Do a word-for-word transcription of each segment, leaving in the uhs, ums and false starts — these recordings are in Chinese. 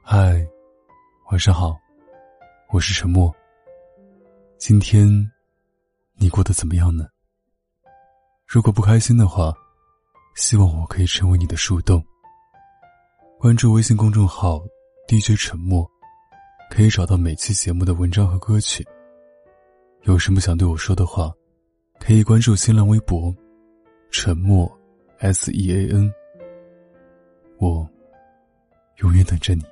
嗨，晚上好，我是沉默。今天你过得怎么样呢？如果不开心的话，希望我可以成为你的树洞。关注微信公众号 D J 沉默，可以找到每期节目的文章和歌曲。有什么想对我说的话，可以关注新浪微博沉默 S E A N， 我永远等着你。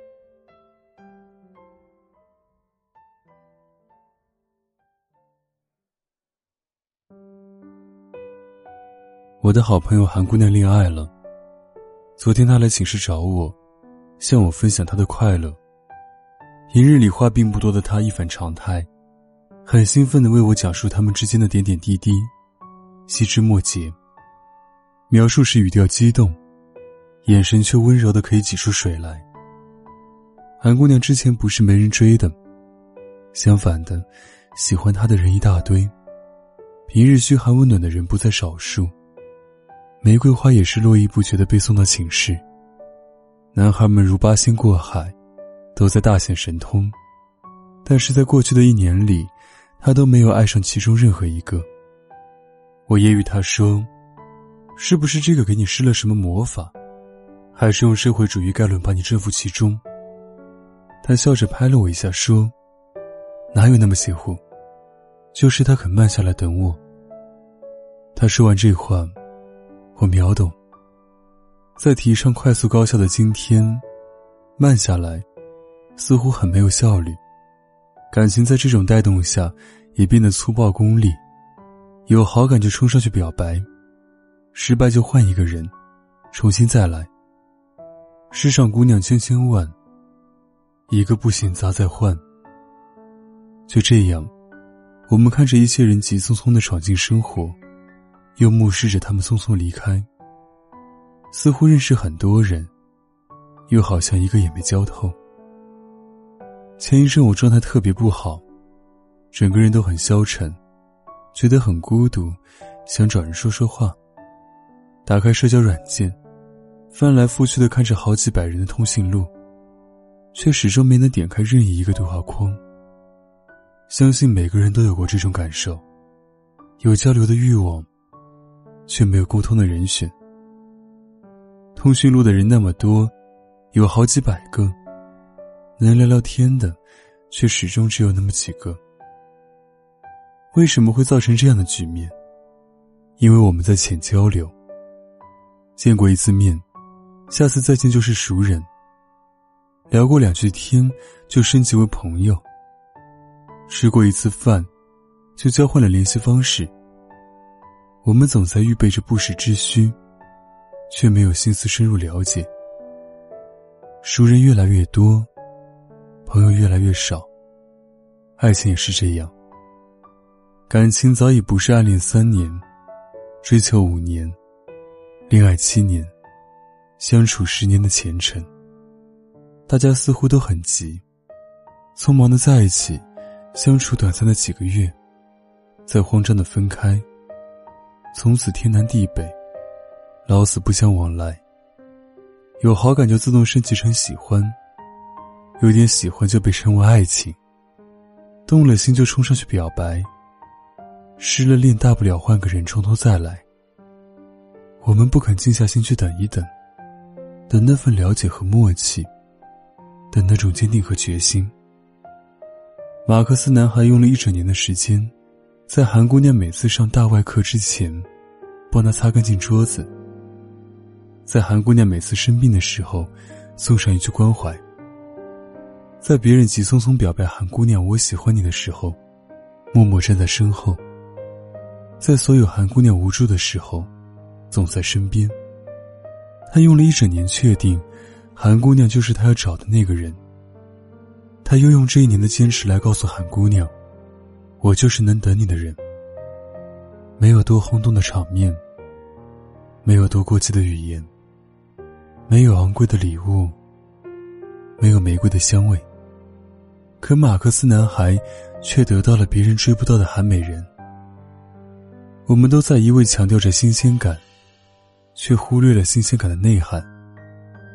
我的好朋友韩姑娘恋爱了，昨天她来寝室找我，向我分享她的快乐。平日里话并不多的她一反常态，很兴奋地为我讲述他们之间的点点滴滴，细枝末节。描述时语调激动，眼神却温柔的可以挤出水来。韩姑娘之前不是没人追的，相反的，喜欢她的人一大堆，平日嘘寒问暖的人不在少数。玫瑰花也是络绎不绝地被送到寝室，男孩们如八仙过海，都在大显神通，但是在过去的一年里，他都没有爱上其中任何一个。我揶揄他说，是不是这个给你施了什么魔法，还是用社会主义概论把你征服其中？他笑着拍了我一下说，哪有那么邪乎，就是他肯慢下来等我。他说完这话，我秒懂，在提倡快速高效的今天，慢下来似乎很没有效率。感情在这种带动下也变得粗暴功利，有好感就冲上去表白，失败就换一个人，重新再来。世上姑娘千千万，一个不行砸再换。就这样，我们看着一些人急匆匆地闯进生活，又目视着他们匆匆离开，似乎认识很多人，又好像一个也没交透。前一阵我状态特别不好，整个人都很消沉，觉得很孤独，想找人说说话。打开社交软件，翻来覆去地看着好几百人的通讯录，却始终没能点开任意一个对话框。相信每个人都有过这种感受，有交流的欲望，却没有沟通的人选。通讯录的人那么多，有好几百个，能聊聊天的却始终只有那么几个。为什么会造成这样的局面？因为我们在浅交流，见过一次面，下次再见就是熟人，聊过两句天就升级为朋友，吃过一次饭就交换了联系方式。我们总在预备着不时之需，却没有心思深入了解。熟人越来越多，朋友越来越少，爱情也是这样。感情早已不是暗恋三年，追求五年，恋爱七年，相处十年的前程。大家似乎都很急，匆忙的在一起，相处短暂的几个月，再慌张的分开，从此天南地北，老死不相往来。有好感就自动升级成喜欢，有点喜欢就被称为爱情，动了心就冲上去表白，失了恋大不了换个人从头再来。我们不肯静下心去等一等，等那份了解和默契，等那种坚定和决心。马克思男孩用了一整年的时间，在韩姑娘每次上大外课之前帮她擦干净桌子，在韩姑娘每次生病的时候送上一句关怀，在别人急匆匆表白韩姑娘我喜欢你的时候默默站在身后，在所有韩姑娘无助的时候总在身边。他用了一整年确定韩姑娘就是他要找的那个人，他又用这一年的坚持来告诉韩姑娘，我就是能等你的人。没有多轰动的场面，没有多过激的语言，没有昂贵的礼物，没有玫瑰的香味，可马克思男孩却得到了别人追不到的韩美人。我们都在一味强调着新鲜感，却忽略了新鲜感的内涵。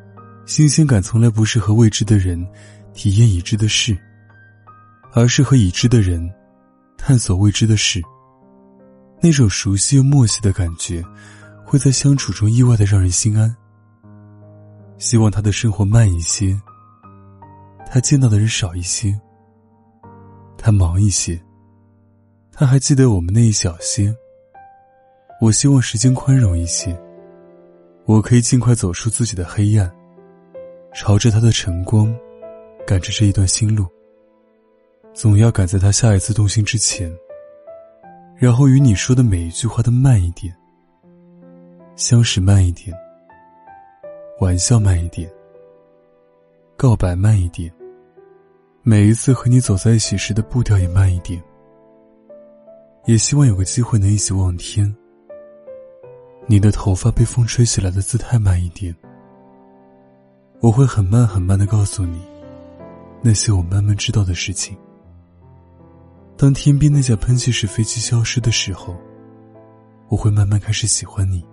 新鲜感从来不是和未知的人体验已知的事，而是和已知的人探索未知的事。那种熟悉又默契的感觉，会在相处中意外地让人心安。希望他的生活慢一些，他见到的人少一些，他忙一些，他还记得我们那一小些。我希望时间宽容一些，我可以尽快走出自己的黑暗，朝着他的晨光赶着这一段新路，总要赶在他下一次动心之前，然后与你说的每一句话都慢一点，相识慢一点，玩笑慢一点，告白慢一点，每一次和你走在一起时的步调也慢一点。也希望有个机会能一起望天，你的头发被风吹起来的姿态慢一点。我会很慢很慢地告诉你那些我慢慢知道的事情。当天边那架喷气式飞机消失的时候，我会慢慢开始喜欢你。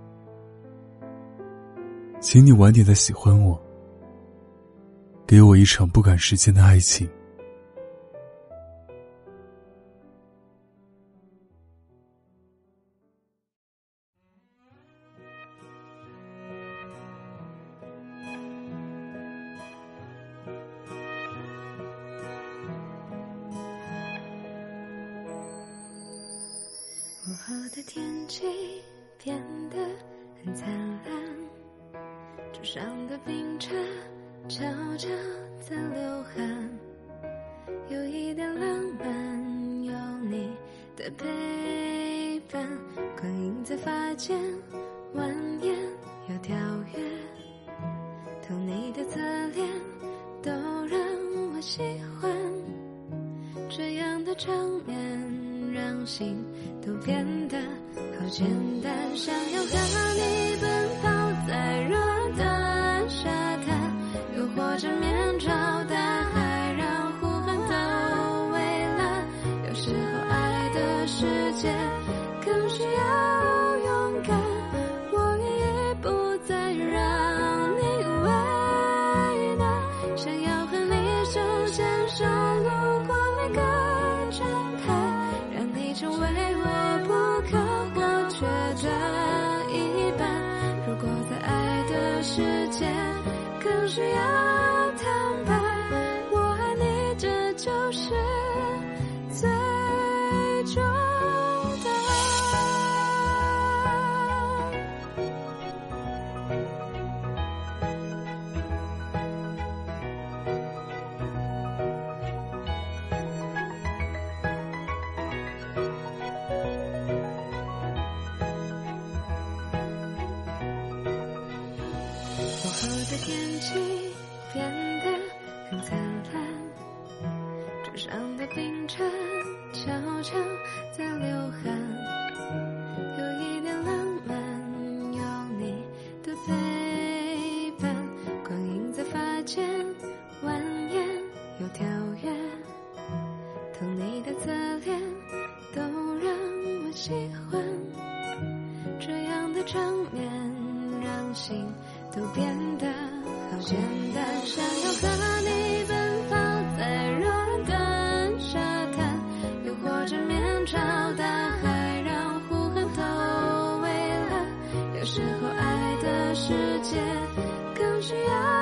请你晚点再喜欢我，给我一场不赶时间的爱情。 午后的天气变得很灿烂，桌上的冰茶悄悄在流汗，有一点浪漫，有你的陪伴，光影在发间蜿蜒又跳跃，透你的侧脸都让我喜欢，这样的场面让心都变得好简单，想要和你奔跑在热的沙滩，又或者面朝大海，让呼喊都蔚蓝。有时候爱的世界更需要勇敢，我愿意不再让你为难，想要和你手牵手路过每个站台，让你成为我不可或缺的一半。如果在爱的世界更需要坦白，我爱你这就是最终答案。午后的天气变得很灿烂，桌上的冰茶悄悄在流汗，有一点浪漫，有你的陪伴，光影在发间蜿蜒又跳跃，透你的侧脸都让我喜欢，这样的场面让心都变得好简单，想要和你奔跑在热的沙滩，又或者面朝大海，让呼喊都蔚蓝。有时候爱的世界更需要